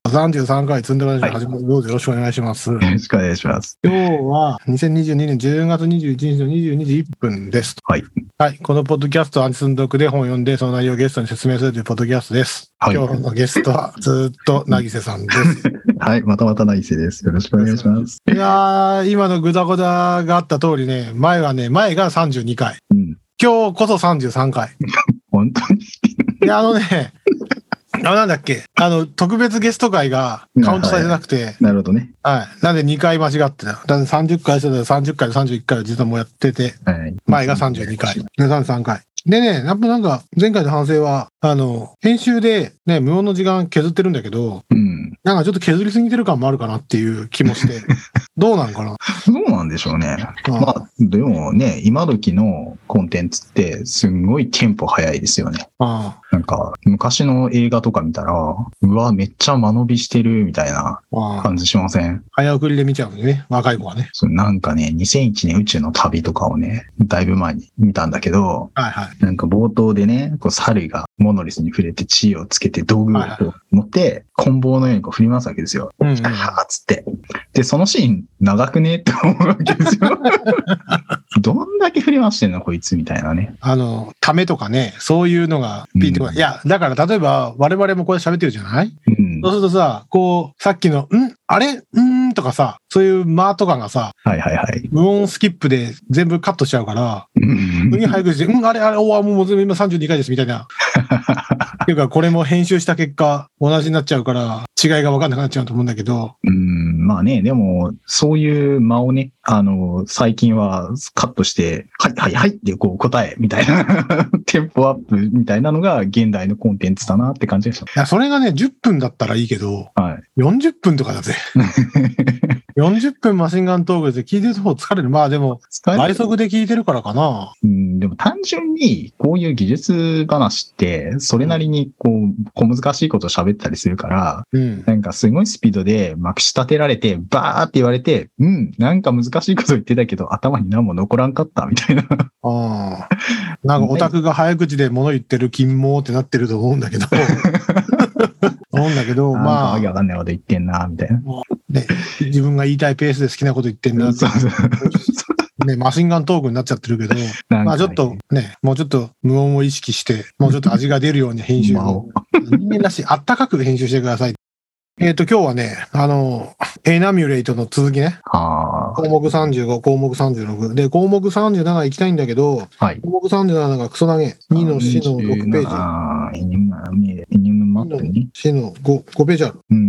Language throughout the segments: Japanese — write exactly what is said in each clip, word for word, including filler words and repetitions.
さんじゅうさんかい積んでる話始まる。どうぞよろしくお願いします。 よろしくお願いします。 今日はにせんにじゅうにねんじゅうがつにじゅういちにちのにじゅうにじいっぷんです。 はい。 はい。このポッドキャストはアンチ積んどくで本を読んで、その内容をゲストに説明するというポッドキャストです。はい、今日のゲストはずっとなぎせさんです。 はい。またまたなぎせです。よろしくお願いします。 いやー、今のグダグダがあった通りね、前はね、前がさんじゅうにかい。うん、今日こそさんじゅうさんかい。 本当にいや、あのね、あ、なんだっけあの、特別ゲスト会がカウントされてなくて。はいはい、 なるほどね。 はい。なんでにかい間違ってた。だってさんじゅっかいしてたらさんじゅっかいとさんじゅういっかいを実はもうやってて、はい、前がさんじゅうにかい。で、さんじゅうさんかい。でね、やっぱなんか、前回の反省は、あの、編集でね、無音の時間削ってるんだけど、うん、なんかちょっと削りすぎてる感もあるかなっていう気もして、どうなんかな。 どうなんでしょうね。あまあ、でもね、今時のコンテンツって、すんごいテンポ早いですよね。あなんか、昔の映画とか見たら、うわ、めっちゃ間延びしてるみたいな感じしません？ 早送りで見ちゃうんでね、若い子はね。 そうなんかね、にせんいちねん宇宙の旅とかをね、だいぶ前に見たんだけど、はいはい、なんか冒頭でね、こう猿がモノリスに触れて地位をつけて道具を持って、棍棒のようにこう振り回すわけですよ。うんうん、はつって。で、そのシーン長くねって思うわけですよ。どんだけ振り回してんのこいつみたいなね。 あの、ためとかね、そういうのがピーってこない。いや、だから例えば我々もこれ喋ってるじゃない？うん、そうするとさ、こう、さっきの、んあれんーとかさ、そういう間とかがさ、はいはいはい。無音スキップで全部カットしちゃうから、うん。次早くして、うん、あれあれ、おわ、もう今さんじゅうにかいですみたいな。っていうか、これも編集した結果、同じになっちゃうから、違いが分かんなくなっちゃうと思うんだけど。 うん、まあね、でも、そういう間をね、あの、最近はカットして、はいはいはいってこう答えみたいな、テンポアップみたいなのが現代のコンテンツだなって感じでした。いや、それがね、じゅっぷんだったらいいけど、はい、よんじゅっぷんとかだぜ。よんじゅっぷんマシンガントークで聞いてる方疲れる。まあでも、倍速で聞いてるからかな。 うん、でも単純に、こういう技術話って、それなりにこう、小難しいことを喋ったりするから、うん、なんかすごいスピードでまくし立てられて、バーって言われて、うん、なんか難しいこと言ってたけど、頭に何も残らんかったみたいな。ああ。なんかオタクが早口で物言ってる金毛ってなってると思うんだけど。思うんだけど、まあ。 なんかわけわかんないこと言ってんな、みたいな。 ね、自分が言いたいペースで好きなこと言ってんなって。そうそうね、マシンガントークになっちゃってるけど、ね、まあちょっとね、もうちょっと無音を意識して、もうちょっと味が出るように編集を。人間らしい、あったかく編集してください。えっと、今日はね、あの、エナミュレイトの続きね。項目さんじゅうご、項目さんじゅうろく。で、項目さんじゅうなな行きたいんだけど、はい、項目さんじゅうなながクソ投げ。にのしのろくページ。ああ、エニムマップにしのご、ごページある。うん、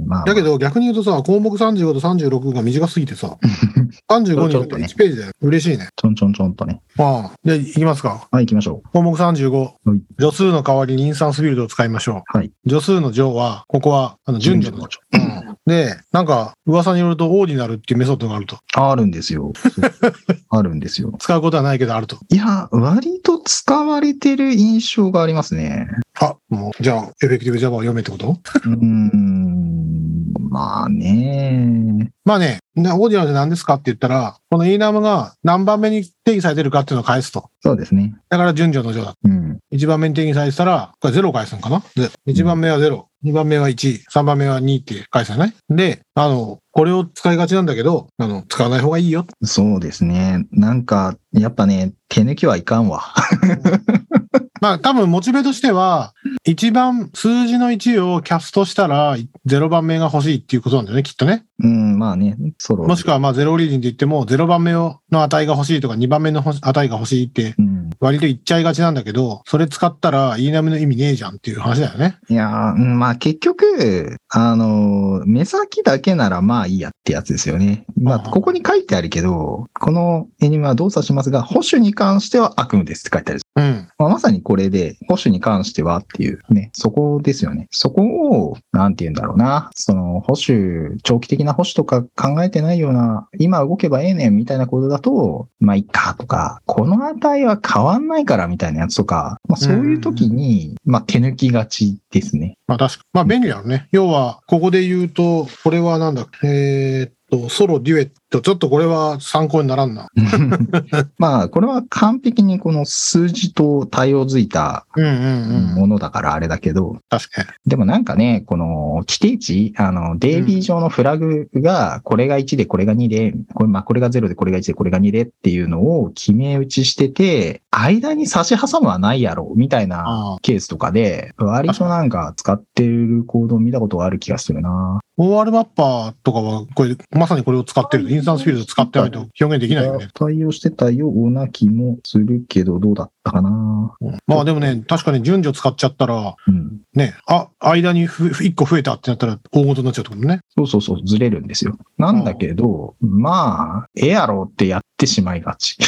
まあ。だけど逆に言うとさ、項目さんじゅうごとさんじゅうろくが短すぎてさ、さんじゅうごによっていちページだよ。嬉しいね。 ちょんちょんちょんとね。 ああ。じゃあ行きますか。 はい、行きましょう。 項目さんじゅうご。はい、助数の代わりにインスタンスフィールドを使いましょう。はい。助数の乗は、ここは、あの、順序の乗。うん。で、なんか、噂によると、オーディナルっていうメソッドがあると。 あるんですよ。あるんですよ。 使うことはないけど、あると。 いや、割と使われてる印象がありますね。 あ、もう、じゃあ、エフェクティブ Java を読めってことうーん、まあね。 まあね、オーディナルって何ですかって言ったら、この イーナム が何番目に定義されてるかっていうのを返すと。 そうですね。 だから順序の序だ。うん。いちばんめに定義されてたら、これゼロ返すのかな？で、いちばんめはゼロ、にばんめは いち、さんばんめはにって返すよね。で、あの、これを使いがちなんだけど、あの、使わない方がいいよ。 そうですね。なんか、やっぱね、手抜きはいかんわ。 まあ多分モチベとしては、一番数字のいちをキャストしたらゼロばんめが欲しいっていうことなんだよね、きっとね。 うん、まあね、ソロ。 もしくはまあゼロオリジンで言ってもゼロばんめの値が欲しいとかにばんめの値が欲しいって割と言っちゃいがちなんだけど、それ使ったら イーナム の意味ねえじゃんっていう話だよね。 いやー、まあ結局、あの、目先だけならまあいいやってやつですよね。まあここに書いてあるけど、このエニメは動作しますが、保守に関しては悪夢ですって書いてある。うん。まあ、まさにこれで、保守に関してはっていうね、そこですよね。そこを、なんて言うんだろうな。その保守、長期的な保守とか考えてないような、今動けばええねんみたいなことだと、まあいいかとか、この値は変わんないからみたいなやつとか、まあそういう時に、まあ手抜きがちですね。 まあ確か、まあ便利なのね。要は、ここで言うと、これはなんだ、えー、ソロ、デュエッと、ちょっとこれは参考にならんな。 まあ、これは完璧にこの数字と対応づいたものだからあれだけど、 確かに。 でもなんかね、この規定値、あの、デイビー上のフラグが、これがいちで、これがにで、これ、まあ、これがゼロで、これがいちで、これがにでっていうのを決め打ちしてて、間に差し挟むはないやろ、みたいなケースとかで、割となんか使ってるコードを見たことがある気がするな。 オーアール マッパーとかは、これ、まさにこれを使ってる。インスタンスフィールド使ってないと表現できないよね。 対応してたような気もするけど、どうだったかな。 うん、まあでもね、確かに順序使っちゃったら、うん、ね、あ、間にいっこ増えたってなったら大事になっちゃうってことね。 そうそうそう、ずれるんですよ。なんだけど、まあ、ええやろってやってしまいがち。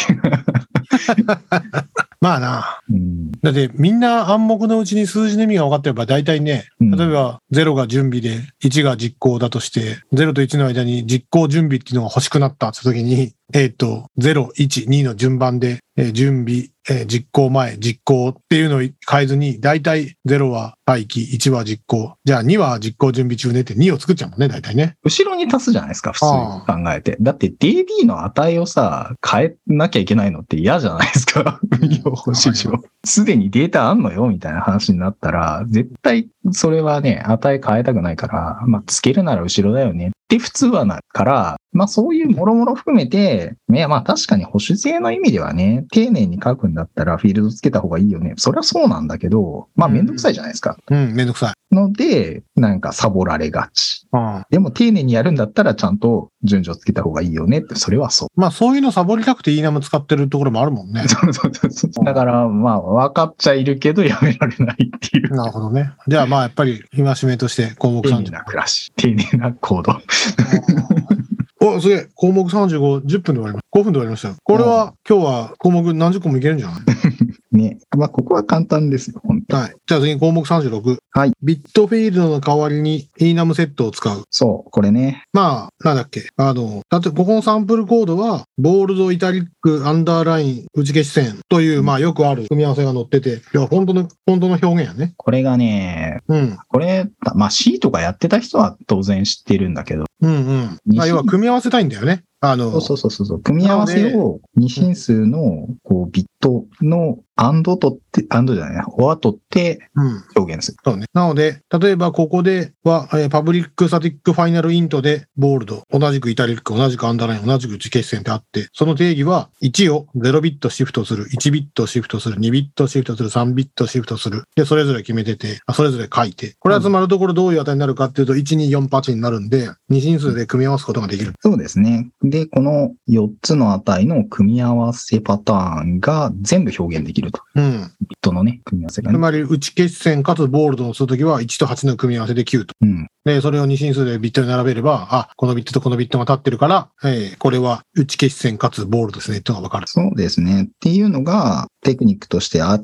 まあな、うん。だってみんな暗黙のうちに数字の意味が分かってれば大体ね、例えばゼロが準備でいちが実行だとして、ゼロといちの間に実行準備っていうのが欲しくなったって時に、えっと、ゼロ、いち、にの順番で、えー、準備、えー、実行前、実行っていうのを変えずに、だいたいゼロは待機、いちは実行。じゃあには実行準備中ねってにを作っちゃうもんね、だいたいね。 後ろに足すじゃないですか、普通に考えて。だって ディービー の値をさ、変えなきゃいけないのって嫌じゃないですか。運用方針上。すでにデータあんのよ、みたいな話になったら、絶対それはね、値変えたくないから、まあ、つけるなら後ろだよねって普通はなるから、まあそういうもろもろ含めて、いやまあ確かに保守性の意味ではね、丁寧に書くんだったらフィールドつけた方がいいよね。それはそうなんだけど、まあめんどくさいじゃないですか。 うん、うん、めんどくさい。 ので、なんかサボられがち。うん、でも丁寧にやるんだったらちゃんと順序つけた方がいいよねって、それはそう。 まあそういうのサボりたくてイーナム使ってるところもあるもんね。 そうそうそう。だからまあ分かっちゃいるけどやめられないっていう。 なるほどね。じゃあまあやっぱり戒めとして項目さんじゅうご。丁寧な暮らし。丁寧な行動。 お、すげえ。項目さんじゅうご、じゅっぷんで終わりました。ごふんで終わりました。これは、今日は項目何十個もいけるんじゃないね。まあ、ここは簡単ですよ、本当。 はい。じゃあ次、項目さんじゅうろく。 はい。 ビットフィールドの代わりに イーナム セットを使う。 そう、これね。 まあ、なんだっけ。あの、だってここのサンプルコードは、ボールド、イタリック、アンダーライン、打ち消し線という、まあ、よくある組み合わせが載ってて、いや、本当の、本当の表現やね。 これがね、 うん。 これ、まあ C とかやってた人は当然知ってるんだけど。 うんうん。まあ、要は組み合わせたいんだよね。あの、 そうそうそうそう。組み合わせを二進数の、こう、ビットのアンド取って、アンドじゃないな、オア取って表現する、 うん。そうね。なので、例えばここでは、えー、パブリックスタティックファイナルイントでボールド、同じくイタリック、同じくアンダーライン、同じく打ち消し線ってあって、その定義はいちをゼロビットシフトする、いちビットシフトする、にビットシフトする、さんビットシフトする。で、それぞれ決めてて、それぞれ書いて。これ集まるところどういう値になるかっていうと、いち、に、よん、はちになるんで、二進数で組み合わすことができる。 そうですね。で、このよっつの値の組み合わせパターンが全部表現できると。 うん。 ビットのね、組み合わせがね。 つまり、打ち消し線かつボールドをするときはいちとはちの組み合わせできゅうと。うん。で、それを二進数でビットに並べれば、あ、このビットとこのビットが立ってるから、えー、これは打ち消し線かつボールドですねっていうのがわかる。 そうですね。っていうのがテクニックとしてあって、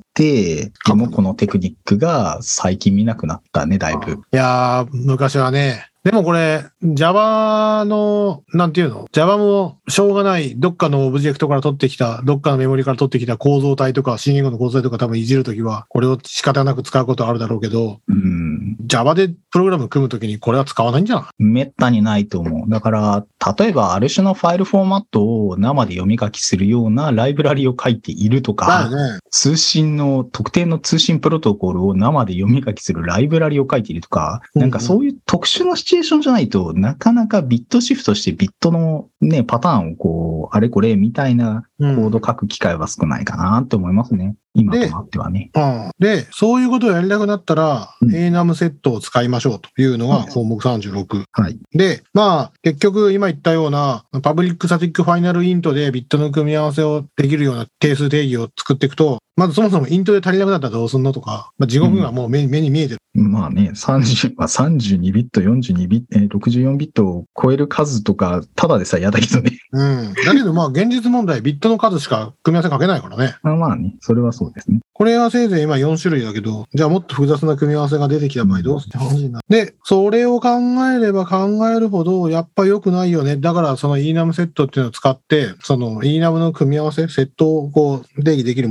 でもこのテクニックが最近見なくなったね、だいぶ。 いやー、昔はね、でもこれ、Java の、なんていうの ?Java もしょうがない、どっかのオブジェクトから取ってきた、どっかのメモリから取ってきた構造体とか、新言語の構造体とか多分いじるときは、これを仕方なく使うことあるだろうけど、うん、Java でプログラム組むときにこれは使わないんじゃない？ めったにないと思う。だから、例えばある種のファイルフォーマットを生で読み書きするようなライブラリを書いているとか、ね、通信の、特定の通信プロトコルを生で読み書きするライブラリを書いているとか、うんうん、なんかそういう特殊なシチュエーションじゃないとなかなかビットシフトしてビットのね、パターンをこう、あれこれみたいなコード書く機会は少ないかなって思いますね。今となってはね。 うん。で、そういうことをやりたくなったら、うん、エーナム セットを使いましょうというのが項目さんじゅうろく。 はい。 で、まあ、結局今言ったような、パブリックスタティックファイナルイントでビットの組み合わせをできるような定数定義を作っていくと、まずそもそもイントで足りなくなったらどうすんのとか、まあ、地獄がもう目に、うん、目に見えてる。 まあね、さんじゅう、まあ、さんじゅうにビット、よんじゅうにビット、えー、ろくじゅうよんビットを超える数とか、ただでさえ嫌だけどね。 うん。だけどまあ、現実問題、ビットの数しか組み合わせ書けないからね。 まあまあね、それはそうですね。 これはせいぜい今よん種類だけど、じゃあもっと複雑な組み合わせが出てきた場合どうするって話になる。で、それを考えれば考えるほど、やっぱ良くないよね。だからその イーナム セットっていうのを使って、その イーナム の組み合わせ、セットをこう定義できるものを使いましょう。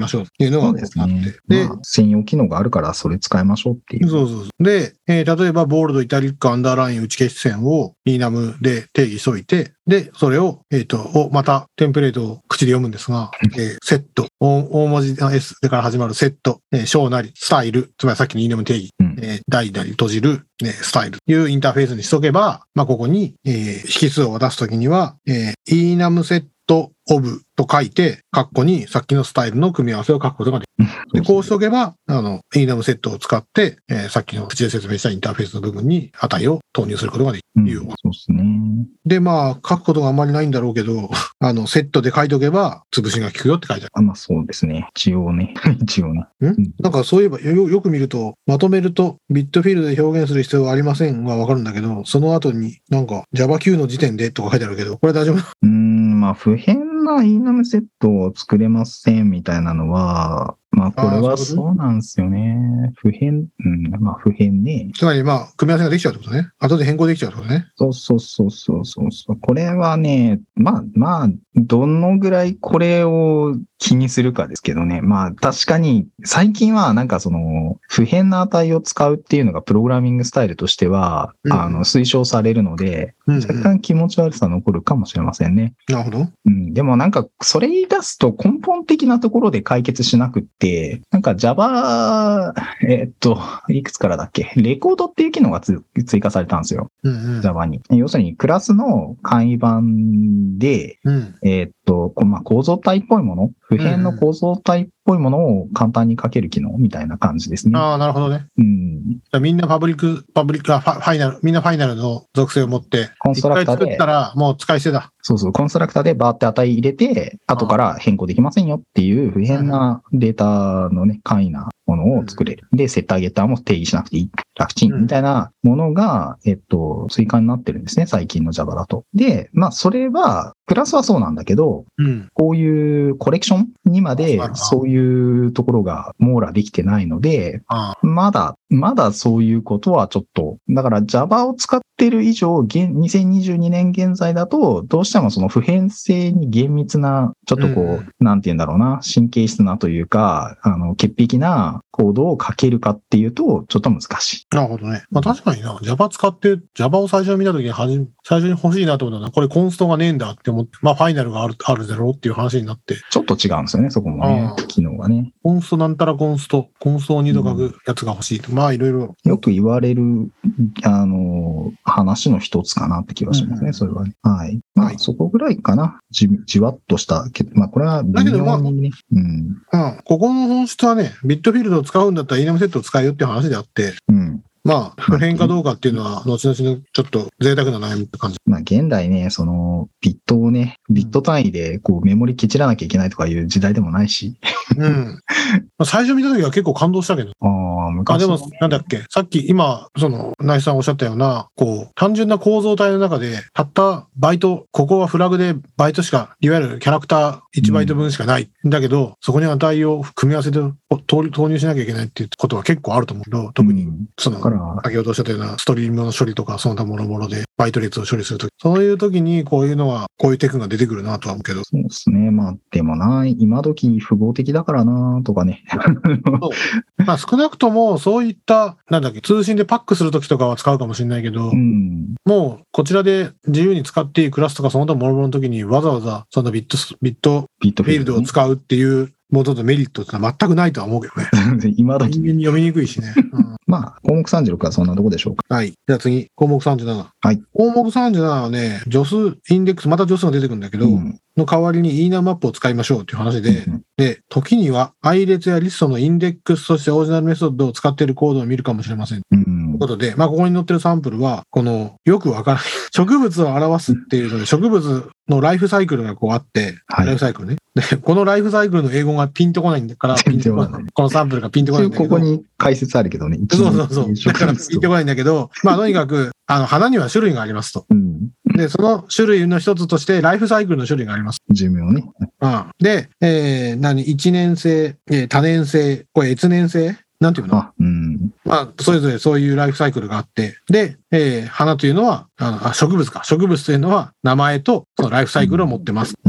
しょうっていうのがあって。 そうですね。で、まあ、専用機能があるからそれ使いましょうっていう。 そうそうそう。で、えー、例えば、ボールド、イタリック、アンダーライン、打ち消し線を イーナム で定義しといて、で、それを、えっ、ー、と、をまたテンプレートを口で読むんですが、えー、セット、大文字 S から始まるセット、えー、小なり、スタイル、つまりさっきの イーナム 定義、うん、えー、大なり閉じる、えー、スタイルというインターフェースにしとけば、まあ、ここに、えー、引数を出すときには、えー、イーナム セット、オブと書いて、カッコにさっきのスタイルの組み合わせを書くことができる。で、こうしておけば、あの、イーナム セットを使って、えー、さっきの口で説明したインターフェースの部分に値を投入することができるという、うん。 そうですね。 で、まあ、書くことがあんまりないんだろうけど、あの、セットで書いておけば、潰しが効くよって書いてある。 あ、まあそうですね。一応ね。一応ね。 んなんかそういえばよ、よく見ると、まとめると、ビットフィールドで表現する必要はありませんはわかるんだけど、その後になんか ジャバキュー の時点でとか書いてあるけど、これ大丈夫？ うーん、まあ不変な イーナム セットを作れませんみたいなのは、まあこれはそうなんですよね。不変、うん、まあ不変ね。 つまりまあ組み合わせができちゃうってことね。後で変更できちゃうってことね。 そうそうそうそうそうそう。これはね、まあまあ、どのぐらいこれを気にするかですけどね。まあ確かに最近はなんかその不変な値を使うっていうのがプログラミングスタイルとしては、うん、あの推奨されるので、うんうん、若干気持ち悪さ残るかもしれませんね。 なるほど。 うん、でもなんかそれ言い出すと根本的なところで解決しなくって、なんか Java、えー、っと、いくつからだっけ？レコードっていう機能がつ追加されたんですよ。うんうん、Java に。要するにクラスの簡易版で、うん、えー、っと、まあ、構造体っぽいもの、不変の構造体っぽいものを簡単に書ける機能みたいな感じですね。 ああ、なるほどね。 うん。 みんなパブリック、パブリック、ファイナル、みんなファイナルの属性を持って、 コンストラクターで。 一回作ったらもう使い捨てだ。 そうそう、コンストラクターでバーって値入れて、後から変更できませんよっていう不変なデータのね、簡易なものを作れる。で、セッターゲッターも定義しなくていい。楽ちんみたいなものが、えっと、追加になってるんですね、最近の Java だと。で、まあ、それは、クラスはそうなんだけど、うん、こういうコレクションにまでそういうところが網羅できてないので、まだ、まだそういうことはちょっと、だから Java を使ってる以上、にせんにじゅうにねん現在だと、どうしてもその普遍性に厳密な、ちょっとこう、うん、なんて言うんだろうな、神経質なというか、あの、潔癖なコードを書けるかっていうと、ちょっと難しい。 なるほどね。まあ確かにな、Java 使って、Java を最初に見たときに、最初に欲しいなと思ったのは、これコンストがねえんだって思って、まあファイナルがある、あるだろうっていう話になって。 ちょっと違うんですよね、そこもね、機能がね。 コンストなんたらコンスト、コンストをにど書くやつが欲しいと。うん、まあいろいろ。 よく言われる、あの、話の一つかなって気がしますね、うん、それはね。はい。まあ、はい、そこぐらいかな。じ、じわっとした。まあこれは微妙にね。 うん。うん。ここの本質はね、ビットフィールドを使うんだったらイーナムセットを使えよっていう話であって、うん。まあ、不変かどうかっていうのは、後々のちょっと贅沢な悩みって感じ。 まあ、現代ね、その、ビットをね、ビット単位で、こう、メモリケチらなきゃいけないとかいう時代でもないし。 うん。最初見た時は結構感動したけど。 ああ、昔、 ね。あ、でも、なんだっけ、さっき、今、その、ナイスさんおっしゃったような、こう、単純な構造体の中で、たったバイト、ここはフラグでバイトしか、いわゆるキャラクターいちバイト分しかない。うん、だけど、そこに値を組み合わせて投入しなきゃいけないっていうことは結構あると思うけど、特に、その、先ほどおっしゃったようなストリームの処理とか、その他もろもろで、バイト列を処理するとき、そういうときにこういうのは、こういうテクが出てくるなとは思うけど。 そうですね。まあ、でもな、今時符号的だからな、とかね。 そうまあ、少なくとも、そういった、なんだっけ、通信でパックするときとかは使うかもしれないけど、うん、もう、こちらで自由に使っていいクラスとか、その他もろもろのときに、わざわざ、そのビット、ビット、ビットフィールドを使うっていう、もともとメリットってのは全くないとは思うけどね。 今時。 人間に読みにくいしね。うん、 まあ、項目さんじゅうろくはそんなとこでしょうか。 はい。じゃあ次、項目さんじゅうなな。 はい。 項目さんじゅうななはね、助数、インデックス、また助数が出てくるんだけど、うん、の代わりに イーナム マップを使いましょうっていう話で、うん、で、時には配列やリストのインデックスとしてオリジナルメソッドを使っているコードを見るかもしれません。うん、ということで、まあ、ここに載ってるサンプルは、この、よくわからない、植物を表すっていうので、植物のライフサイクルがこうあって、はい、ライフサイクルね。で、このライフサイクルの英語がピンとこないんだから、ピンとこない。このサンプルがピンとこないんだけど。 ここに解説あるけどね。 そうそうそう。だからピンとこないんだけど、まあ、とにかく、あの、花には種類がありますと。うん、で、その種類の一つとして、ライフサイクルの種類があります。 寿命ね。 うん。で、えー、何、一年生、えー、多年生、これ越年生なんていうのあ、うん、まあ、それぞれそういうライフサイクルがあって、で、えー、花というのは、あのあ植物か。植物というのは名前とそのライフサイクルを持ってます。うんうん、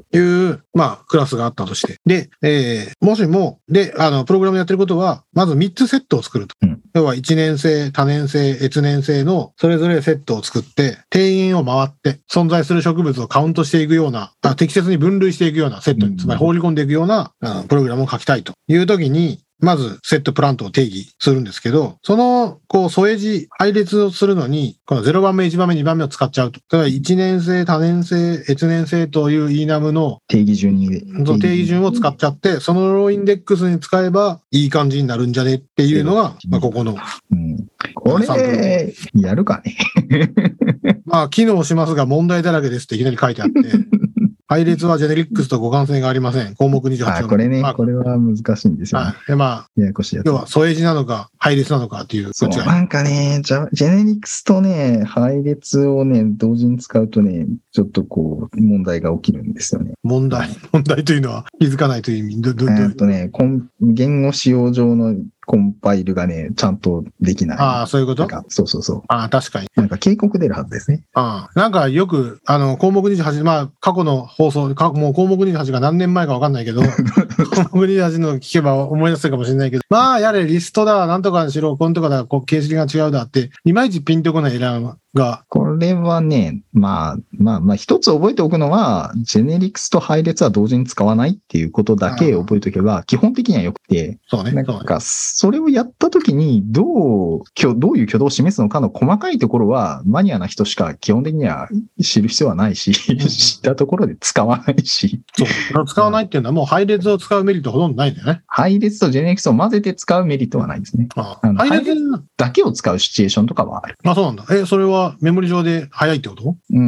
いう、まあ、クラスがあったとして。で、えー、もしも、で、あの、プログラムやってることは、まずみっつセットを作ると。うん、要は、いちねん生、多年生、越年生の、それぞれセットを作って、定員を回って、存在する植物をカウントしていくような、あ適切に分類していくようなセットに、つまり放り込んでいくような、うん、プログラムを書きたいというときに、まず、セットプラントを定義するんですけど、その、こう、添え字、配列をするのに、このゼロばんめ、いちばんめ、にばんめを使っちゃうと。例えば、いちねん生、多年生、越年生という イーナム の定義順に。 その定義順を使っちゃって、そのローインデックスに使えば、いい感じになるんじゃねっていうのが、まあ、ここの。 うん、これ、やるかね。 まあ、機能しますが問題だらけですっていきなり書いてあって。配列はジェネリックスと互換性がありません。項目にじゅうはち。 あ、これね、まあ、これは難しいんですよね。 はい。で、まあ、 ややこしいやつ。 要は、添え字なのか、配列なのかっていう。 そう、なんかね、ジェネリックスとね、配列をね、同時に使うとね、ちょっとこう、問題が起きるんですよね。 問題問題というのは気づかないという意味。ど、ど、ど。 えっとね、言語使用上のコンパイルがね、ちゃんとできない。 ああ、そういうこと？ そうそうそう。 ああ、確かに。 なんか警告出るはずですね。 ああ。なんかよく、あの、項目にじゅうはち、まあ、過去の放送、かもう項目にじゅうはちが何年前かわかんないけど、項目にじゅうはちの聞けば思い出せるかもしれないけど、まあ、やれ、リストだ、なんとかにしろ、こんとかだ、こう、形式が違うだって、いまいちピンとこないエラーが。 これはね、まあ、まあ、まあ、一つ覚えておくのは、ジェネリクスと配列は同時に使わないっていうことだけ覚えておけば、基本的には良くて、 そうね。 なんか、それをやったときに、どう、どういう挙動を示すのかの細かいところは、マニアな人しか基本的には知る必要はないし、うん、知ったところで使わないし。 そう。使わないっていうのはもう配列を使うメリットほとんどないんだよね。 配列とジェネリクスを混ぜて使うメリットはないですね。 ああ配列だけを使うシチュエーションとかはある。 あ、そうなんだ。え、それはメモリ上で早いってこと？ うん。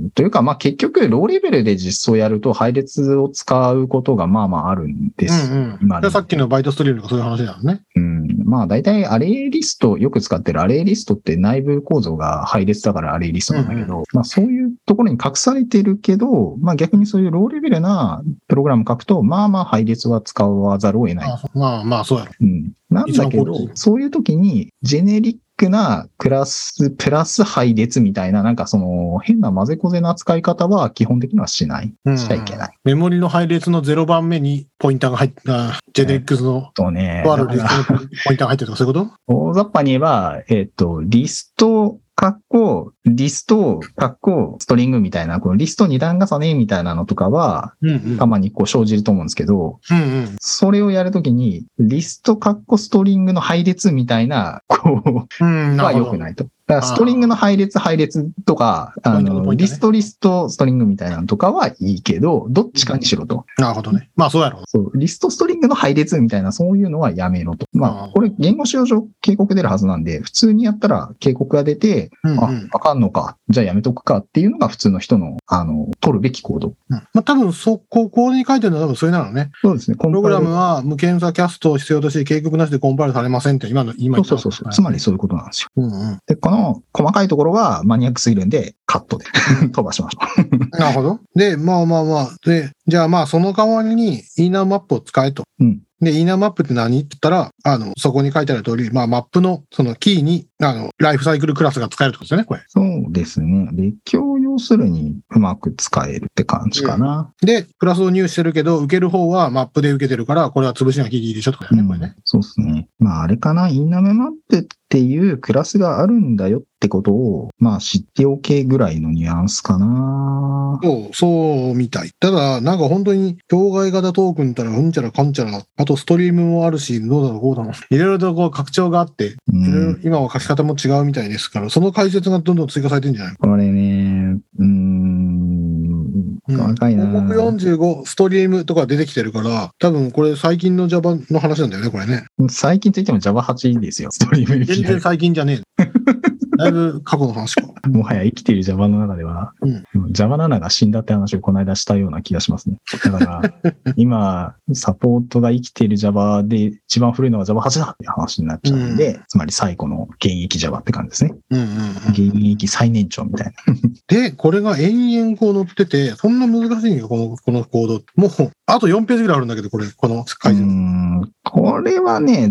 というか、まあ結局、ローレベルで実装やると配列を使うことがまあまああるんです。 うんうん。でさっきのバイトストリームとかそういう話なのね。 うん。まあ大体アレイリスト、よく使ってるアレイリストって内部構造が配列だからアレイリストなんだけど、うんうん、まあそういうところに隠されてるけど、まあ逆にそういうローレベルなプログラム書くと、まあまあ配列は使わざるを得ない。 あまあまあそうやろ。 うん。なんだけど、そういう時にジェネリックなクラスプラス配列みたいな、なんかその変な混ぜこぜな使い方は基本的にはしない。しちゃいけない。 うん、メモリの配列のゼロばんめにポインターが入った、ジェネリックスの、 とね、 とあるリストのポインターが入ってるとかそういうこと？ 大雑把に言えば、えっと、リスト、カッコ、リスト、カッコ、ストリングみたいな、このリスト二段重ねみたいなのとかは、うんうん、たまにこう生じると思うんですけど、うんうん、それをやるときに、リスト、カッコ、ストリングの配列みたいな、こう、うん、は良くないと。だからストリングの配列、配列とか、あの、リスト、リスト、ストリングみたいなのとかはいいけど、どっちかにしろと。 なるほどね。まあそうやろう。 そう。リスト、ストリングの配列みたいな、そういうのはやめろと。まあ、これ言語使用上警告出るはずなんで、普通にやったら警告が出て、うんうん、あ、あかんのか。じゃあやめとくかっていうのが普通の人の、あの、取るべき行動。うん、 まあ多分、そこ、ここに書いてるのは多分それなのね。 そうですね。 プログラムは無検査キャストを必要とし、警告なしでコンパイルされませんって今の、今言った。 そうそうそう。つまりそういうことなんですよ。 うんうん、 で、この細かいところはマニアックすぎるんで、カットで飛ばしましょう。なるほど。で、まあまあまあ。で、じゃあまあその代わりにイーナーマップを使えと。うん。で、イーナーマップって何って言ったら、あの、そこに書いてある通り、まあマップのそのキーに、あの、ライフサイクルクラスが使えるってことですよね、これ。 そうですね。列強を要するにうまく使えるって感じかな。 うん、で、クラスを入手してるけど、受ける方はマップで受けてるから、これは潰しなきゃいいでしょとかね、うん、これね。 そうですね。まああれかな、イーナーマップっていうクラスがあるんだよってことを、まあ知っておけぐらいのニュアンスかな。 そう、そうみたい。ただ、なんか本当に、境外型トークンったら、うんちゃらかんちゃら、あとストリームもあるし、どうだろう、こうだろう。いろいろとこう拡張があって、うん、今は書き方も違うみたいですから、その解説がどんどん追加されてるんじゃない？ これね、うーん、細かいな。 項目よんじゅうご、ストリームとか出てきてるから、多分これ最近の Java の話なんだよね、これね。 最近といっても ジャバはち ですよ、ストリーム。 全然最近じゃねえ。だいぶ過去の話か。 もはや生きている Java の中では、うん、Java ななが死んだって話をこの間したような気がしますね。だから、今、サポートが生きている Java で一番古いのが ジャバはち だって話になっちゃうんで、うん、つまり最古の現役 Java って感じですね。うんうんうん、現役最年長みたいな。 で、これが延々こう載ってて、そんな難しいんよ、この、このコード。もう、あとよんページぐらいあるんだけど、これ、この解説。 うん、これはね、ちょっと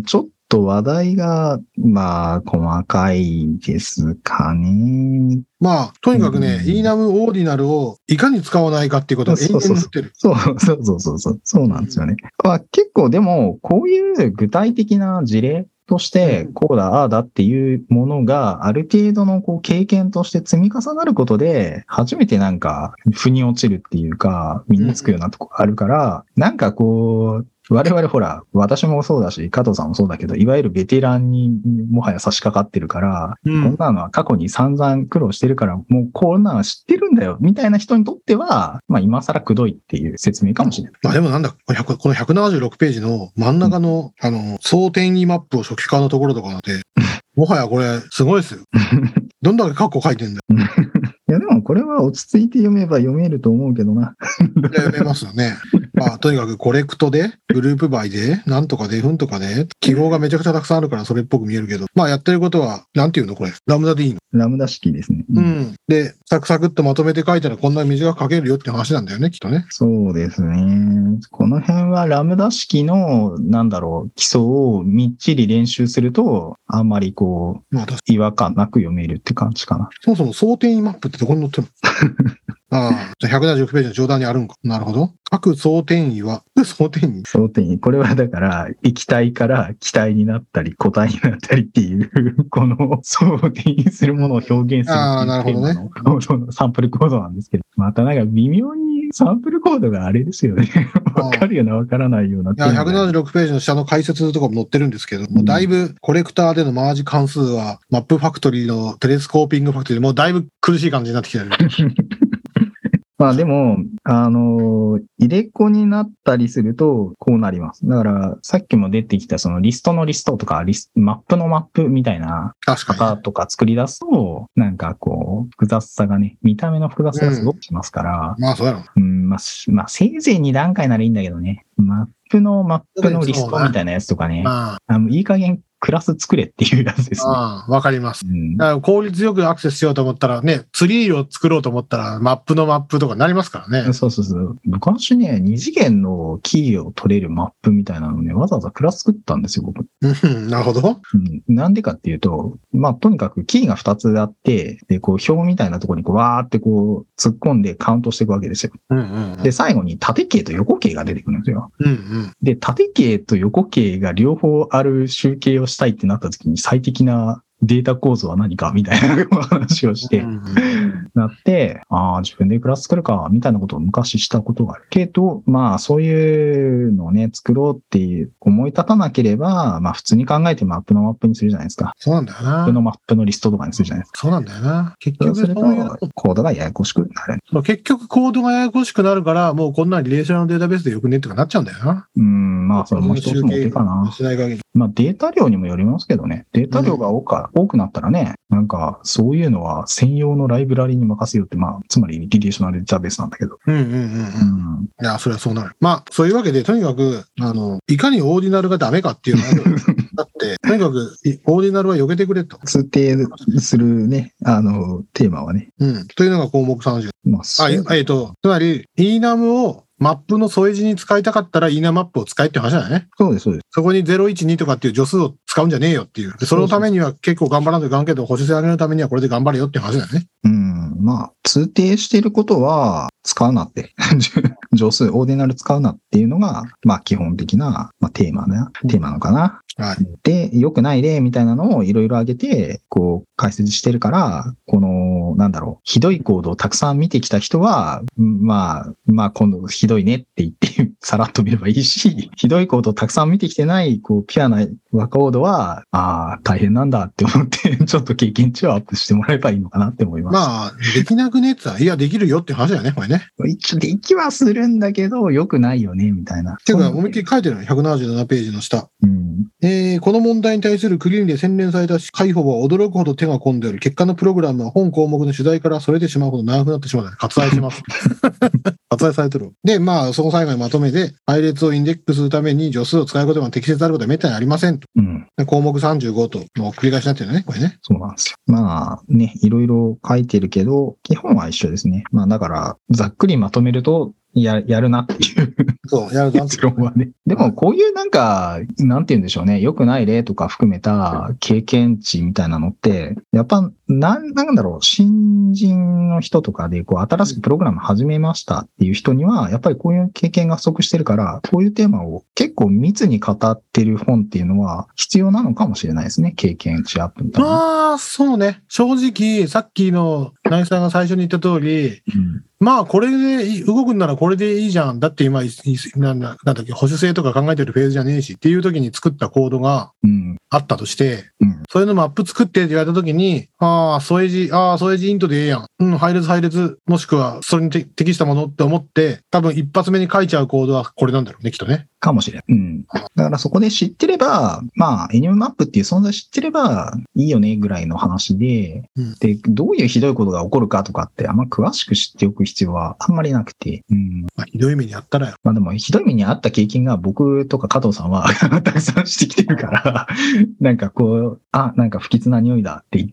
と話題が、まあ、細かいですかね。 まあ、とにかくね、イーナムオーディナルをいかに使わないかっていうことを永遠に言ってる。 そうそうそうそうそう。そうなんですよね。うん、まあ、結構でも、こういう具体的な事例として、こうだ、ああだっていうものがある程度のこう経験として積み重なることで、初めてなんか、腑に落ちるっていうか、身につくようなとこあるから、なんかこう、我々ほら、私もそうだし、加藤さんもそうだけど、いわゆるベテランにもはや差し掛かってるから、うん、こんなのは過去に散々苦労してるから、もうこんなの知ってるんだよ、みたいな人にとっては、まあ今更くどいっていう説明かもしれない。 まあでもなんだ、このひゃくななじゅうろくページの真ん中の、うん、あの、総転移マップを初期化のところとかなんて、もはやこれ、すごいですよ。どんだけカッコ書いてんだよ。 いやでもこれは落ち着いて読めば読めると思うけどな。 いや読めますよね。まあとにかくコレクトで、グループバイで、なんとかで、ふんとかで、記号がめちゃくちゃたくさんあるからそれっぽく見えるけど、まあやってることは、なんていうのこれ、ラムダでいいの？ ラムダ式ですね。 うん。うん。で、サクサクっとまとめて書いたらこんなに短く書けるよって話なんだよね、きっとね。 そうですね。この辺はラムダ式の、なんだろう、基礎をみっちり練習すると、あんまりこう、まあ、違和感なく読めるって感じかな。 そもそも総転移マップってどこに載ってるの？ああ、じゃあひゃくななじゅうろくページの上段にあるんか。なるほど。各総転移は、総転移総転移。これはだから、液体から気体になったり、固体になったりっていう、この総転移するものを表現するっていうああ、なるほどね。 サンプルコードなんですけど。またなんか微妙にサンプルコードがあれですよね。わかるようなわからないような。いや、ひゃくななじゅうろくページの下の解説とかも載ってるんですけど、もうだいぶコレクターでのマージ関数は、マップファクトリーのテレスコーピングファクトリーでもうだいぶ苦しい感じになってきてる。 まあでも、あの、入れ子になったりすると、こうなります。だから、さっきも出てきたそのリストのリストとか、リスマップのマップみたいな型とか作り出すと、なんかこう、複雑さがね、見た目の複雑さがすごくしますから。 うん、まあそうやろ。 うん、まあ、まあ、せいぜいに段階ならいいんだけどね。マップのマップのリストみたいなやつとかね。あのいい加減、クラス作れっていうやつですね。 ああ、わかります。うん、だから効率よくアクセスしようと思ったらね、ツリーを作ろうと思ったらマップのマップとかになりますからね。 そうそうそう。昔ね、二次元のキーを取れるマップみたいなのね、わざわざクラス作ったんですよ、僕。 うん、なるほど。 うん。なんでかっていうと、まあ、とにかくキーが二つあって、で、こう、表みたいなところにこう、わーってこう、突っ込んでカウントしていくわけですよ。 うんうんうん、 で、最後に縦形と横形が出てくるんですよ。 うんうん、で、 縦形と横形が両方ある集計をしたいってなった時に最適なデータ構造は何かみたいな話をして、うんうん、なって、ああ、自分でクラス作るか、みたいなことを昔したことがあるけど、まあ、そういうのをね、作ろうっていう思い立たなければ、まあ、普通に考えてマップのマップにするじゃないですか。 そうなんだよな。 マップのマップのリストとかにするじゃないですか。 そうなんだよな。結局そうすると、コードがややこしくなる。 結局コードがややこしくなるから、もうこんなリレーショナルデータベースでよくねってかなっちゃうんだよな。 うん、まあ、それも一つの手かな。まあ、データ量にもよりますけどね。データ量が多か、うん、多くなったらね、なんか、そういうのは専用のライブラリに任せようって、まあ、つまりリレーショナルデータベースなんだけど。 うんうんうんうん。うん、いや、それはそうなる。まあ、そういうわけで、とにかく、あの、いかにオーディナルがダメかっていうのが、だって、とにかく、オーディナルは避けてくれと。 通定するね、あの、テーマはね。 うん。というのが項目さんじゅう。まあ、あ、えっと、つまり、イーナム をマップの添え字に使いたかったらイーナムマップを使えって話だよね。 そうです、そうです。 そこにゼロいちにとかっていう助数を使うんじゃねえよっていう。でそのためには結構頑張らないといかんけど、保守性上げるためにはこれで頑張れよっていう話だよね。 うん。まあ、通定していることは使うなって。助数、オーディナル使うなっていうのが、まあ基本的な、まあ、テーマな、テーマなのかな。 はい、 で、良くない例みたいなのをいろいろ挙げて、こう、解説してるから、この、なんだろう、ひどいコードをたくさん見てきた人は、まあ、まあ今度ひどいねって言って、さらっと見ればいいし、ひどいコードをたくさん見てきてない、こう、ピュアな若コードは、ああ、大変なんだって思って、ちょっと経験値をアップしてもらえばいいのかなって思います。 まあ、できなくねって言ったら、いや、できるよって話だよね、これね。 一応できはするんだけど、良くないよね、みたいな。 ていうか、思いっきり書いてるの、ひゃくななじゅうななページの下。 うんえー、この問題に対するクリーンで洗練された解法は驚くほど手が込んでおり、結果のプログラムは本項目の取材からそれてしまうほど長くなってしまうので割愛します。割愛されてる。で、まあ、その最後にまとめて、配列をインデックスするために助数を使うことが適切であることは滅多にありませんと。 うん、 で項目さんじゅうごとの繰り返しになってるよね、これね。 そうなんですよ。まあね、いろいろ書いてるけど、基本は一緒ですね。まあだから、ざっくりまとめると、や、やるなっていうそう、やるぞ。 結論はね。でも、こういうなんか、なんて言うんでしょうね。良くない例とか含めた経験値みたいなのって、やっぱ、なん、なんだろう、新人の人とかで、こう、新しくプログラム始めましたっていう人には、やっぱりこういう経験が不足してるから、こういうテーマを結構密に語ってる本っていうのは必要なのかもしれないですね。経験値アップみたいな。 まあ、そうね。正直、さっきの、ナイさんが最初に言った通り、 うん、 まあ、これで動くんならこれでいいじゃん。だって今、なんだ、なんだっけ、保守性とか考えてるフェーズじゃねえしっていう時に作ったコードがあったとして、 うん、 それのマップ作ってって言われた時に、ああ、添え字、ああ、添え字イントでええやん。うん、配列配列、もしくはそれに適したものって思って、多分一発目に書いちゃうコードはこれなんだろうね、きっとね。 かもしれん。うん。だからそこで知ってれば、まあ、エニムマップっていう存在知ってればいいよねぐらいの話で、うん、で、どういうひどいことが起こるかとかってあんま詳しく知っておく必要はあんまりなくて。うん。 まあ、ひどい目にあったらよ。 まあでも、ひどい目にあった経験が僕とか加藤さんはたくさんしてきてるから、なんかこう、あ、なんか不吉な匂いだって言って、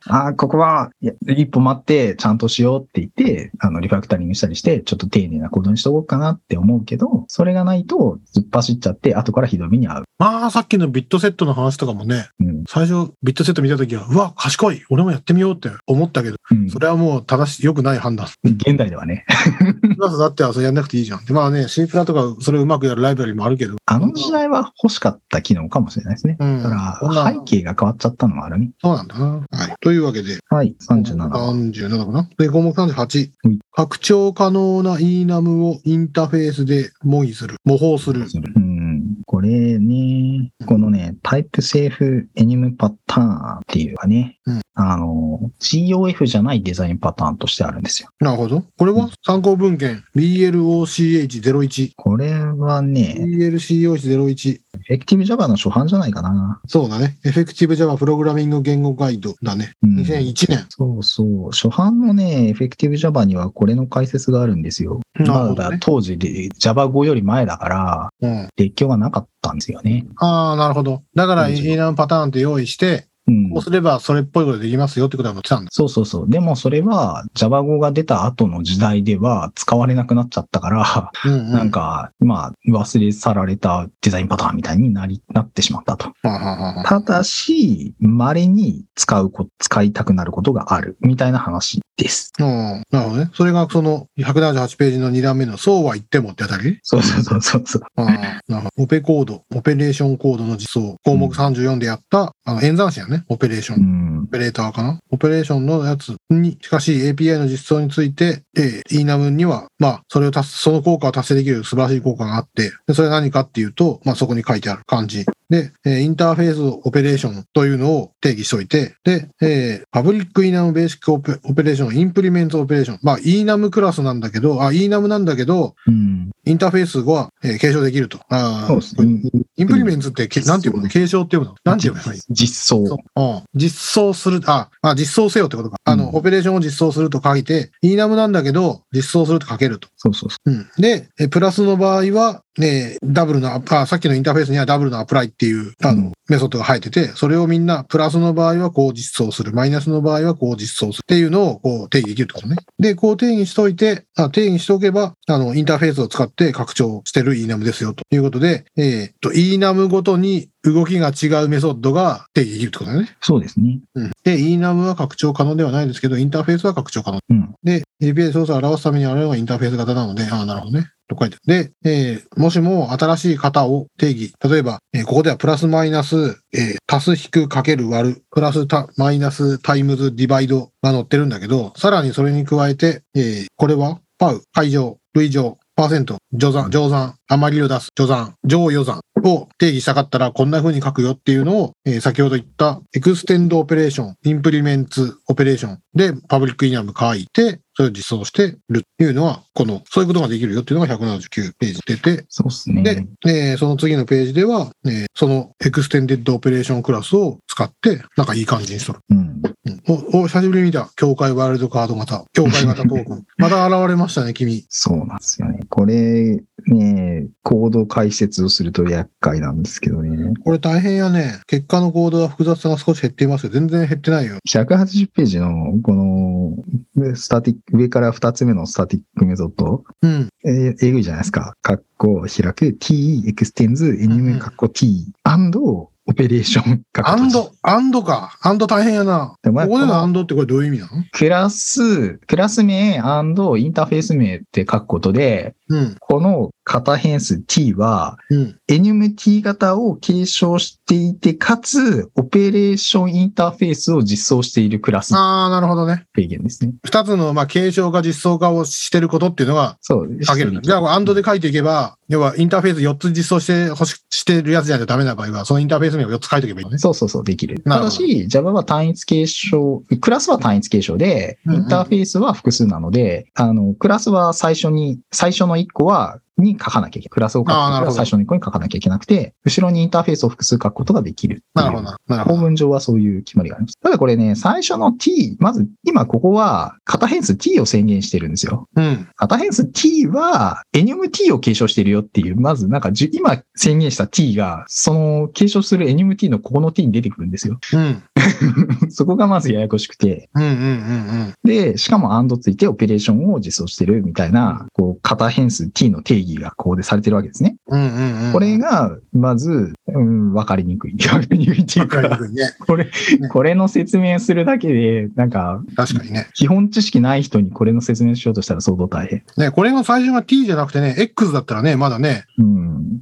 あ、ここは一歩待ってちゃんとしようって言って、あの、リファクタリングしたりして、ちょっと丁寧なコードにしとこうかなって思うけど、それがないと、突っ走っちゃって、後からひどい目に遭う。 まあ、さっきのビットセットの話とかもね、うん、最初、ビットセット見たときは、うわ、賢い俺もやってみようって思ったけど、うん、それはもう正しい、良くない判断。 現代ではね。 だって、それやんなくていいじゃん。で、まあね、シンプラとか、それをうまくやるライブラリもあるけど。 あの時代は欲しかった機能かもしれないですね。うん、だから、背景が変わっちゃったのもあるね。 そうなんだな。はい。というわけで。 はい、さんじゅうなな。 さんじゅうななかな。で、項目さんじゅうはち。うん、拡張可能な イーナム をインターフェースで模擬する。模倣する。 うん、これね、このね、タイプセーフエニムパターンっていうかね、うん、あの、ジーオーエフ じゃないデザインパターンとしてあるんですよ。 なるほど。これは参考文献 ビーエルオーシーエイチゼロいち。 これはね、 ビーエルシーオーエイチゼロいち。 エフェクティブ Java の初版じゃないかな。 そうだね。エフェクティブ Java プログラミング言語ガイドだね。うん、にせんいちねん。 そうそう。初版のね、エフェクティブ Java にはこれの解説があるんですよ。まだ、ね、当時で ジャバご より前だから、うん、列強がなかったんですよね。 ああ、なるほど。だから、イーナムパターンって用意して、うん、こうすればそれっぽいことできますよってことは載ってたんだ。 そうそうそう。でもそれは ジャバご が出た後の時代では使われなくなっちゃったから、うんうん、なんか、まあ、忘れ去られたデザインパターンみたいになり、なってしまったと。はははただし、稀に使うこ、使いたくなることがあるみたいな話です。 うん。なるほどね。それがそのひゃくななじゅうはちページのに段目のそうは言ってもってあたり？ そうそうそうそうそう。 あなるほど。オペコード、オペレーションコードの実装、項目さんじゅうよんでやった、うん、あの演算子やね。オペレーション。うん、オペレーターかな？オペレーションのやつに、しかし エーピーアイ の実装について、えー、イーナム には、まあ、それを達、その効果を達成できる素晴らしい効果があって、でそれは何かっていうと、まあそこに書いてある感じ。で、えー、インターフェースオペレーションというのを定義しておいて、で、えー、パブリックイーナムベーシックオペオペレーション、インプリメントオペレーション。まあ、イーナム クラスなんだけど、あ、イーナム なんだけど、うん、インターフェースは、えー、継承できると。あそうですね。インプリメントって、なんていうの？継承っていうの？なんていうの？ 実装。 そう。うん。実装する、あ、あ、実装せよってことか。あの、うん、オペレーションを実装すると書いて、イーナム なんだけど、実装すると書けると。 そうそうそう。 うん。で、えプラスの場合は、ね、ダブルの、あ、さっきのインターフェースにはダブルのアプライっていう、あの、うん、メソッドが入ってて、それをみんな、プラスの場合はこう実装する、マイナスの場合はこう実装するっていうのをこう定義できるってことね。で、こう定義しといて、あ定義しておけば、あの、インターフェースを使って拡張してる イーナム ですよということで、えー、っと、イーナム ごとに動きが違うメソッドが定義できるってことだね。 そうですね。 うん。で、イーナム は拡張可能ではないですけど、インターフェースは拡張可能。うん。で、エーピーアイ 操作を表すためにあるのがインターフェース型なので、ああ、なるほどね。と書いてある。で、えー、もしも新しい型を定義。例えば、えー、ここではプラスマイナス、えー、足す引くかける割る、プラスタマイナスタイムズディバイドが載ってるんだけど、さらにそれに加えて、えー、これはパウ、解乗、類乗、パーセント、乗算、乗算、余りを出す、乗算、乗余算を定義したかったらこんな風に書くよっていうのを、えー、先ほど言ったエクステンドオペレーション、インプリメンツオペレーションでパブリックイーナム書いて、それを実装してるっていうのは、この、そういうことができるよっていうのがひゃくななじゅうきゅうページ出て、 そうですね。 で、えー、その次のページでは、えー、そのエクステンデッドオペレーションクラスを使って、なんかいい感じにしとる。うん。うん、お、お、久しぶりに見た。境界ワイルドカード型。境界型トークン。また現れましたね、君。 そうなんですよね。これ、ね、コード解説をすると厄介なんですけどね。 これ大変やね。結果のコードは複雑さが少し減っていますよ。全然減ってないよ。 ひゃくはちじゅうページの、この、 の、スタティック、上から二つ目のスタティックメソッド。 うん。 えー、えぐいじゃないですか。カッコ開く t extends enum カッコ t andオペレーションアンド、アンドか。アンド大変やな。ここでのアンドってこれどういう意味なの？ クラス、クラス名 and インターフェース名って書くことで、 うん、 この型変数 t は、 うん、 エニュム t 型を継承していて、かつ、オペレーションインターフェースを実装しているクラス。 ああ、なるほどね。 定義ですね。 二つの、まあ、継承か実装かをしてることっていうのが、 そう。 書ける。じゃあ、アンドで書いていけば、要はインターフェースよっつ実装して欲し、してるやつじゃないとダメな場合は、そのインターフェース名をよっつ書いておけばいいのね。 そうそうそう、できる。ただし、Java は単一継承、クラスは単一継承で、インターフェースは複数なので、うんうん、あの、クラスは最初に、最初のいっこは、に書かなきゃいけない。クラスを書くときは最初のいっこに書かなきゃいけなくて、後ろにインターフェースを複数書くことができる。 なるほど。なるほど。 構文上はそういう決まりがあります。ただこれね、最初の t、まず今ここは型変数 t を宣言してるんですよ。 うん。 型変数 t は エニュム t を継承してるよっていう、まずなんか今宣言した t が、その継承する エニュム t のここの t に出てくるんですよ。 うん。 そこがまずややこしくて。 うんうんうんうん。 で、しかも and ついてオペレーションを実装してるみたいな、こう、型変数 t の定義がここでされてるわけですね。 うんうんうん。 これが、まず、うん、わかりにくい。わかりにくいっていうか、 わかりにくいね。 これ、ね、これの説明するだけで、なんか、 確かにね。 基本知識ない人にこれの説明しようとしたら相当大変。 ね、これの最初が t じゃなくてね、x だったらね、まだね、 うん。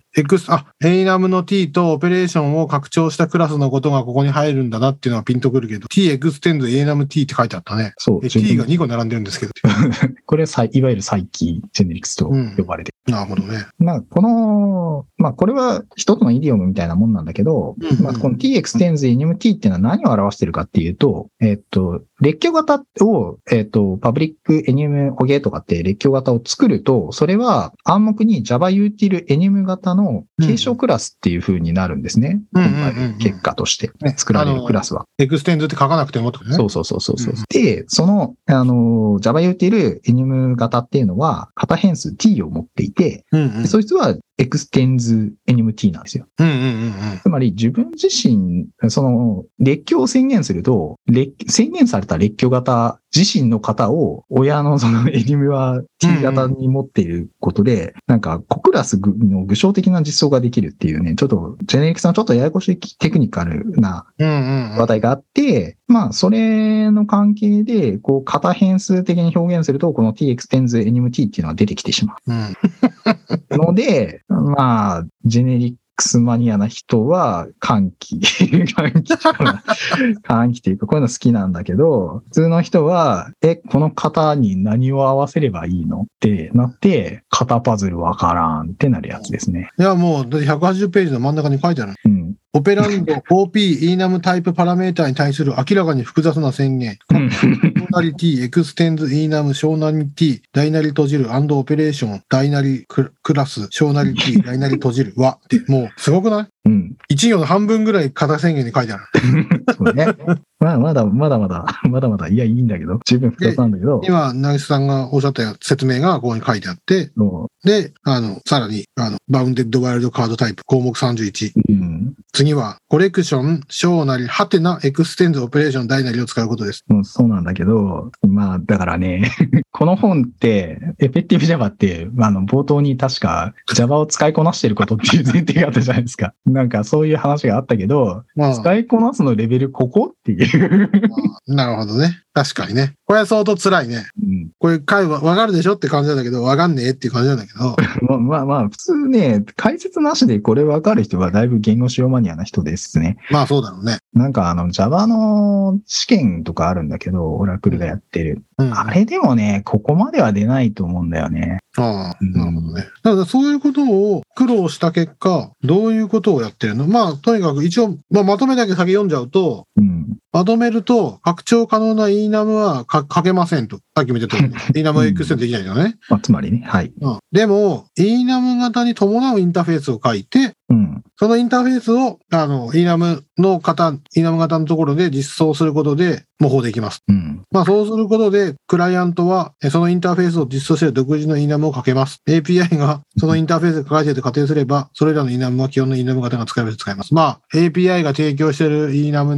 X、あ、エイナムの t とオペレーションを拡張したクラスのことがここに入るんだなっていうのはピンとくるけど、t extend エイナム t って書いてあったね。 そう。 t がにこ並んでるんですけど。 これは、いわゆる再起ジェネリクスと呼ばれて、 うん。なるほどね。 まあ、この、まあ、これは一つのイディオムみたいなもんなんだけど、うんうん、まあ、この t extends enum t っていうのは何を表してるかっていうと、えっと、列挙型を、えっと、パブリック enum ホゲとかって列挙型を作ると、それは暗黙に JavaUtil enum 型の継承クラスっていう風になるんですね。 うん、 今回結果として作られるクラスは。 エクステンズって書かなくてもってことね。 そうそうそうそうそう、うん。で、その、あの、JavaUtil enum 型っていうのは型変数 t を持っていて、 うんうん、 そいつはextends enum t なんですよ。 うんうんうんうん、 つまり自分自身、その、列挙を宣言すると、宣言された列挙型自身の型を親のそのエニムは t 型に持っていることで、うんうん、なんかコクラスの具象的な実装ができるっていうね、ちょっとジェネリクスのちょっとややこしいテクニカルな話題があって、うんうんうん、まあそれの関係で、こう型変数的に表現すると、この t extends enum t っていうのが出てきてしまう。うん、ので、まあ、ジェネリックスマニアな人は歓喜。歓喜。歓喜というか、こういうの好きなんだけど、普通の人は、え、この型に何を合わせればいいのってなって、型パズルわからんってなるやつですね。 いや、もう、ひゃくはちじゅうページの真ん中に書いてある。 うん。 オペランド オーピー enum タイプパラメータに対する明らかに複雑な宣言。小なり t、extends enum 小なり t、大なり閉じる and オペレーション、大なりクラス、小なり t、大なり閉じるはって、もうすごくない？うん。一行の半分ぐらい型宣言に書いてある。 そうね。まあ、まだ、まだまだ、まだまだ、いや、いいんだけど、十分複雑なんだけど。 今、ナイスさんがおっしゃった説明がここに書いてあって、で、あの、さらに、あの、バウンデッドワイルドカードタイプ、項目さんじゅういち。うん、次は、コレクション、小なり、はてな、エクステンドオペレーション、大なりを使うことです。 うん、そうなんだけど、まあ、だからね、この本って、エフェクティブ Java って、あの、冒頭に確か Java を使いこなしてることっていう前提があったじゃないですか。なんか、そういう話があったけど、まあ、使いこなすのレベルここっていう。 なるほどね。確かにね。これは相当辛いね。うん、これ、回はわかるでしょって感じなんだけど、わかんねえっていう感じなんだけど。 まあまあまあ、普通ね、解説なしでこれわかる人はだいぶ言語使用マニアな人ですね。 まあそうだろうね。 なんかあの Java の試験とかあるんだけど、オラクルがやってる。うん、あれでもね、ここまでは出ないと思うんだよね。 ああ、なるほどね。だからそういうことを苦労した結果、どういうことをやってるの？まあ、とにかく一応、まあ、まとめだけ先読んじゃうと、うん、まとめると、拡張可能な enum は書けませんと。さっきも言った通り、enum エクステンドできないよね。 まあ、つまりね、はい。 うん、でも、enum 型に伴うインターフェースを書いて、うん、そのインターフェースを、あの、enum の型、enum 型のところで実装することで模倣できます。うん、まあ、そうすることで、クライアントは、そのインターフェースを実装している独自の enum をかけます。エーピーアイ がそのインターフェースが書かれていると仮定すれば、それらの enum は基本の enum 型が使えます。使えます。まあ、エーピーアイ が提供している enum に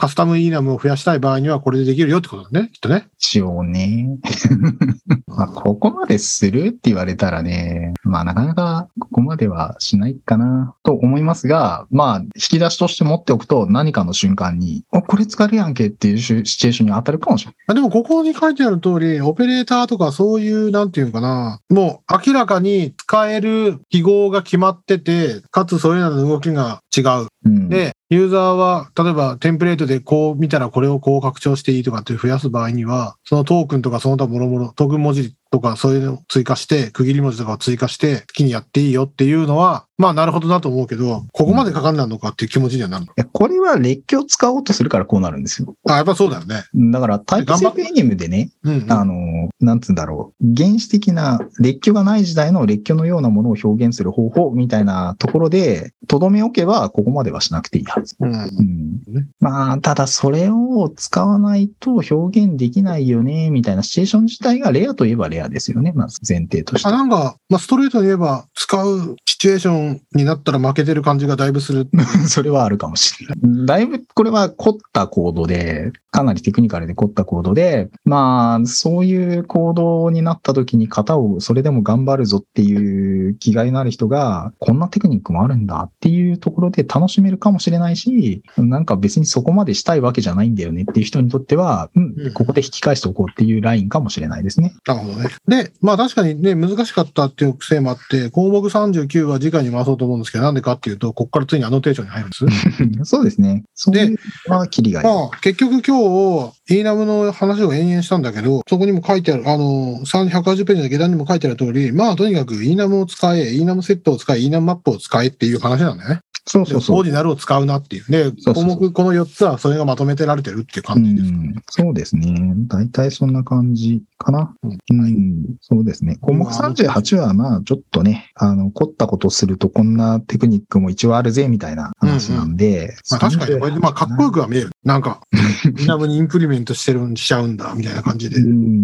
カスタムイーナムを増やしたい場合にはこれでできるよってことだね、きっとね。 一応ね。まあ、ここまでするって言われたらね、まあ、なかなかここまではしないかなと思いますが、まあ、引き出しとして持っておくと何かの瞬間に、あ、これ使えるやんけっていうシチュエーションに当たるかもしれない。 でも、ここに書いてある通り、オペレーターとかそういう、なんていうかな、もう明らかに使える記号が決まってて、かつそれらの動きが違う。 うん、 で、ユーザーは、例えばテンプレートでこう見たらこれをこう拡張していいとかって増やす場合には、そのトークンとかその他もろもろ、トークン文字とかそういうのを追加して、区切り文字とかを追加して、好きにやっていいよっていうのは、まあなるほどなと思うけど、ここまでかかんないのかっていう気持ちにはなるの。 いや、これは列挙を使おうとするからこうなるんですよ。 あ、やっぱそうだよね。 だからタイプセーブエニムでね、 うんうん、 あの、なんつうんだろう、原始的な列挙がない時代の列挙のようなものを表現する方法みたいなところで、とどめおけばここまではしなくていいはず。 うんうんまあ、ただそれを使わないと表現できないよね、みたいなシチュエーション自体がレアといえばレアですよね、まず前提として。 あ、なんか、まあ、ストレートに言えば、使うシチュエーションになったら負けてる感じがだいぶする。 それはあるかもしれない。だいぶ、これは凝ったコードで、かなりテクニカルで凝ったコードで、まあ、そういうコードになった時に型をそれでも頑張るぞっていう気概のある人が、こんなテクニックもあるんだっていうところで楽しめるかもしれないし、なんか別にそこまでしたいわけじゃないんだよねっていう人にとっては、うん、ここで引き返しておこうっていうラインかもしれないですね。 なるほどね。で、まあ確かにね、難しかったっていう癖もあって、項目さんじゅうきゅうは次回に回そうと思うんですけど、なんでかっていうと、ここからついにアノテーションに入るんです。 そうですね。そういうのはキリがいい。 まあ結局今日、イーナムの話を延々したんだけど、そこにも書いてある、あの、ひゃくはちじゅうページの下段にも書いてある通り、まあとにかくイーナムを使え、イーナムセットを使え、イーナムマップを使えっていう話なんだよね。 そうそうそう。 オーディナルを使うなっていう。で、 そうそうそう項目このよっつはそれがまとめてられてるっていう感じですかね。 うん、そうですね。大体そんな感じかな。うん、うん、そうですね。項目さんじゅうはちはまあちょっとね、あの、凝ったことするとこんなテクニックも一応あるぜみたいな話なんで。うんうん、 まあ確かにこれでまあかっこよくは見える。なんか、イーナムにインプリメントしてるんしちゃうんだみたいな感じで。 うん、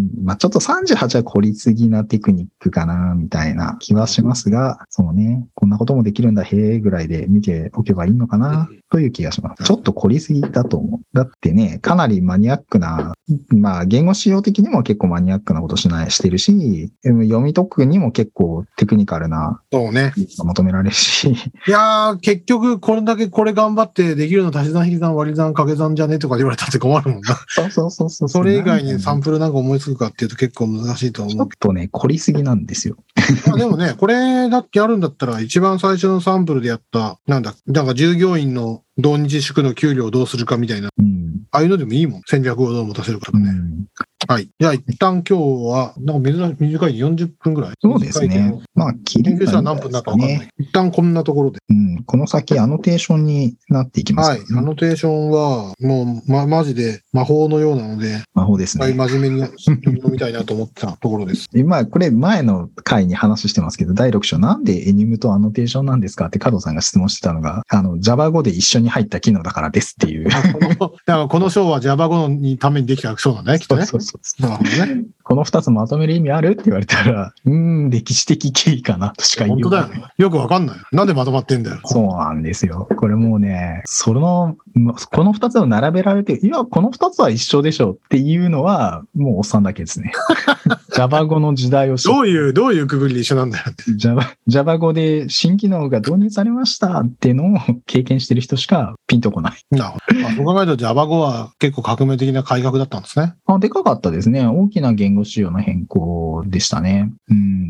まあちょっとさんじゅうはちは凝りすぎなテクニックかなみたいな気はしますが、そうね、こんなこともできるんだへーぐらいで見ておけばいいのかなという気がします。ちょっと凝りすぎだと思う。だってね、かなりマニアックな、まあ言語仕様的にも結構マニアックなことしない、してるし、読み解くにも結構テクニカルな、 そうね。 求められるし。 いやー、結局これだけこれ頑張ってできるの足し算引き算割り算掛け算じゃねとか言われたって困るもんな。 そうそうそうそう。 それ以外にサンプルなんか思いつくかっていうと結構難しいと思う。 ちょっとね、凝りすぎなんですよ。 まあでもね、これだってやるんだったら一番最初のサンプルでやった、なんだ、なんか従業員の同日祝の給料をどうするかみたいな。うん、ああいうのでもいいもん。戦略をどう持たせるかとかね。うん、はい。じゃあ一旦今日は、なんか短いよんじゅっぷんぐらい。 そうですね。まあ、 研究者は何分だかわかんない。一旦こんなところで。 うん。この先アノテーションになっていきますね。 はい。アノテーションは、もう、ま、マジで魔法のようなので。 魔法ですね。 真面目に読みたいなと思ってたところです。 まあ、これ前の回に話してますけど、だいろく章なんでエニムとアノテーションなんですかって加藤さんが質問してたのが、あの、Java 語で一緒に入った機能だからですっていう。 この、だからこの章は Java 語のためにできた章なんだね、きっとね。 そうそうそう。なるほどね。この二つまとめる意味あるって言われたら、うーん、歴史的経緯かなとしか言いようがない。 本当だよね。よくわかんない。なんでまとまってんだよ。 そうなんですよ。これもうね、その、この二つを並べられて、いや、この二つは一緒でしょっていうのは、もうおっさんだけですね。Java 語の時代をどういう、どういうくぐりで一緒なんだよって。 Java、Java 語で新機能が導入されましたっていうのを経験してる人しかピンとこない。 なるほど。そう考えると Java 語は結構革命的な改革だったんですね。 あ、でかかったですね。大きな言語仕様の変更でしたね。うん。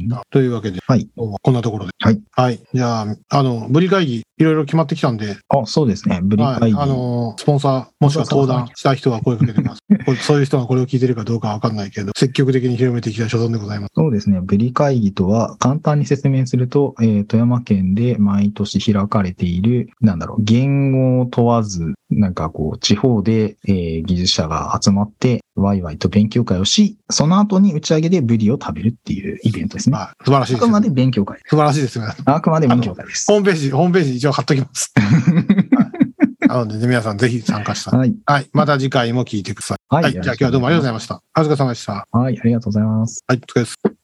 というわけで、 はい。 こんなところで。 はい。 はい。じゃあ、あの、ブリ会議、いろいろ決まってきたんで。 あ、そうですね。ブリ会議。 はい、あの、スポンサー、もしくは登壇した人は声かけてます。これそういう人がこれを聞いてるかどうかわかんないけど、積極的に広めていきたい所存でございます。 そうですね。ブリ会議とは、簡単に説明すると、えー、富山県で毎年開かれている、なんだろう、言語を問わず、なんかこう、地方で、えー、技術者が集まって、ワイワイと勉強会をし、その後に打ち上げでブリを食べるっていうイベントですね。 あ、素晴らしいです、ね。 あくまで勉強会。 素晴らしいですね。 あくまで勉強会です。 ホームページ、ホームページ一応貼っときます。はい、なので、ね、皆さんぜひ参加した。はい。はい。また次回も聞いてください。はい。はい、じゃあ今日はどうもありがとうございました。お疲れ様でした。 はい。ありがとうございます。 はい。お疲れ様です。